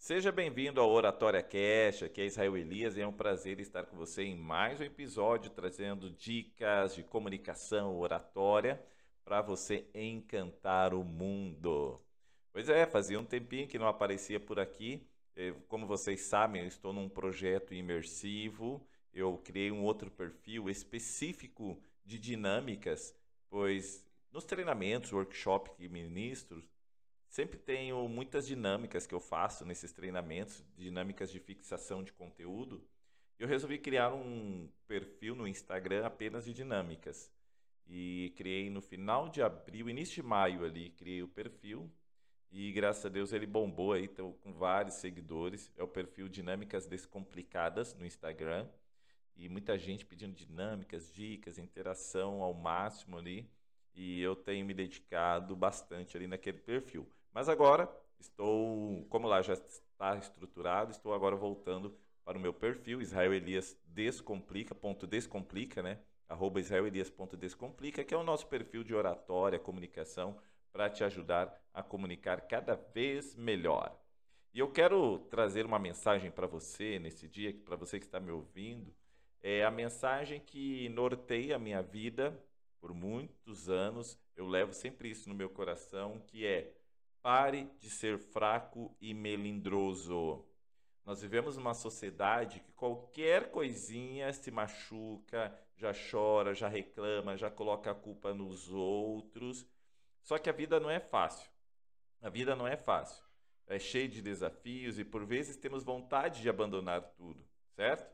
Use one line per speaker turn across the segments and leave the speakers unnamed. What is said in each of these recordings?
Seja bem-vindo ao Oratória Cash, aqui é Israel Elias e é um prazer estar com você em mais um episódio trazendo dicas de comunicação oratória para você encantar o mundo. Pois é, fazia um tempinho que não aparecia por aqui. Como vocês sabem, eu estou num projeto imersivo. Eu criei um outro perfil específico de dinâmicas, pois nos treinamentos, workshop que ministro, sempre tenho muitas dinâmicas que eu faço nesses treinamentos, dinâmicas de fixação de conteúdo. Eu resolvi criar um perfil no Instagram apenas de dinâmicas. E criei no final de abril, início de maio ali, criei o perfil. E graças a Deus ele bombou aí, estou com vários seguidores. É o perfil Dinâmicas Descomplicadas no Instagram. E muita gente pedindo dinâmicas, dicas, interação ao máximo ali. E eu tenho me dedicado bastante ali naquele perfil. Mas agora estou, como lá já está estruturado, estou agora voltando para o meu perfil, Israel Elias Descomplica, ponto Descomplica, né? Arroba israelelias.descomplica, que é o nosso perfil de oratória, comunicação, para te ajudar a comunicar cada vez melhor. E eu quero trazer uma mensagem para você nesse dia, para você que está me ouvindo, é a mensagem que norteia a minha vida por muitos anos. Eu levo sempre isso no meu coração, que é: pare de ser fraco e melindroso. Nós vivemos numa sociedade que qualquer coisinha se machuca, já chora, já reclama, já coloca a culpa nos outros. Só que a vida não é fácil. A vida não é fácil. É cheio de desafios e por vezes temos vontade de abandonar tudo, certo?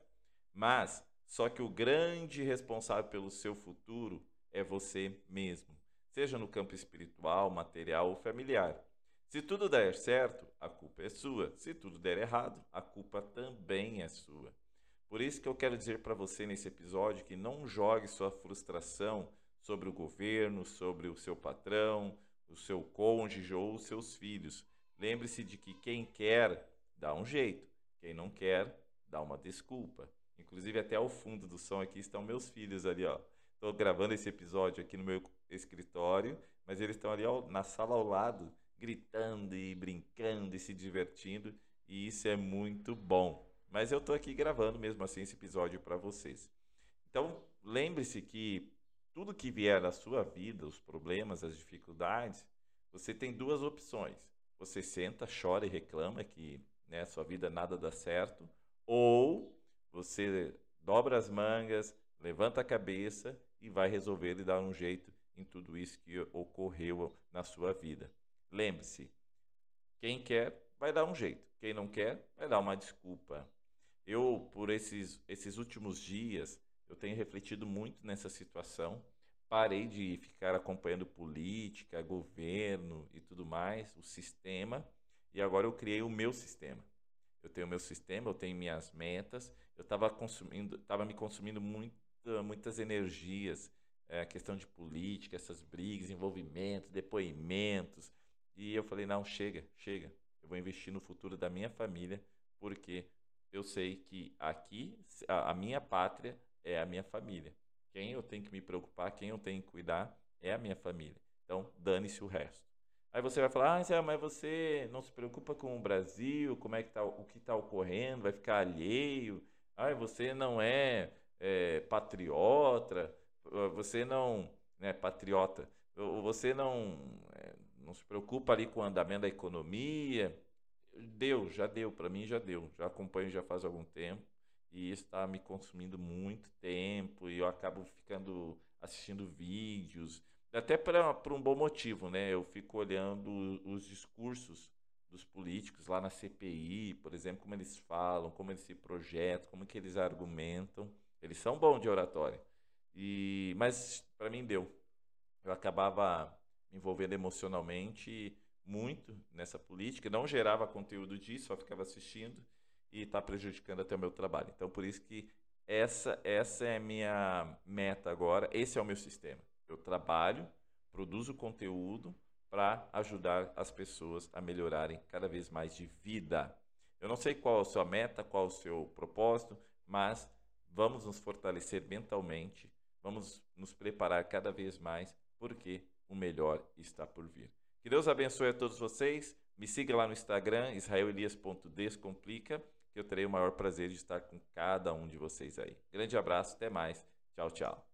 Mas só que o grande responsável pelo seu futuro é você mesmo, seja no campo espiritual, material ou familiar. Se tudo der certo, a culpa é sua. Se tudo der errado, a culpa também é sua. Por isso que eu quero dizer para você nesse episódio que não jogue sua frustração sobre o governo, sobre o seu patrão, o seu cônjuge ou os seus filhos. Lembre-se de que quem quer dá um jeito, quem não quer dá uma desculpa. Inclusive até ao fundo do som aqui estão meus filhos ali, ó. Estou gravando esse episódio aqui no meu escritório, mas eles estão ali na sala ao lado, gritando e brincando e se divertindo, e isso é muito bom. Mas eu estou aqui gravando mesmo assim esse episódio para vocês. Então, lembre-se que tudo que vier na sua vida, os problemas, as dificuldades, você tem duas opções. Você senta, chora e reclama que, né, sua vida nada dá certo, ou você dobra as mangas, levanta a cabeça e vai resolver e dar um jeito em tudo isso que ocorreu na sua vida. Lembre-se, quem quer vai dar um jeito, quem não quer vai dar uma desculpa. Eu, por esses últimos dias, eu tenho refletido muito nessa situação. Parei de ficar acompanhando política, governo e tudo mais, o sistema, e agora eu criei o meu sistema. Eu tenho o meu sistema, eu tenho minhas metas. Eu estava me consumindo muitas energias, a questão de política, essas brigas, envolvimentos, depoimentos. E eu falei, não, chega, chega. Eu vou investir no futuro da minha família, porque eu sei que aqui a minha pátria é a minha família. Quem eu tenho que me preocupar, quem eu tenho que cuidar é a minha família. Então, dane-se o resto. Aí você vai falar, ah, Zé, mas você não se preocupa com o Brasil, como é que tá, o que está ocorrendo, vai ficar alheio. Ah, você não é patriota, você não, né, patriota, você não se preocupa ali com o andamento da economia. Deu, já deu, para mim já deu. Já acompanho já faz algum tempo e isso está me consumindo muito tempo e eu acabo ficando assistindo vídeos, até para um bom motivo, né? Eu fico olhando os discursos dos políticos lá na CPI, por exemplo, como eles falam, como eles se projetam, como que eles argumentam. Eles são bons de oratória. Mas para mim deu. Eu acabava me envolvendo emocionalmente muito nessa política, não gerava conteúdo disso, só ficava assistindo e está prejudicando até o meu trabalho. Então, por isso que essa é a minha meta agora, esse é o meu sistema. Eu trabalho, produzo conteúdo para ajudar as pessoas a melhorarem cada vez mais de vida. Eu não sei qual a sua meta, qual o seu propósito, mas vamos nos fortalecer mentalmente, vamos nos preparar cada vez mais, porque o melhor está por vir. Que Deus abençoe a todos vocês. Me siga lá no Instagram, israelelias.descomplica, que eu terei o maior prazer de estar com cada um de vocês aí. Grande abraço, até mais. Tchau, tchau.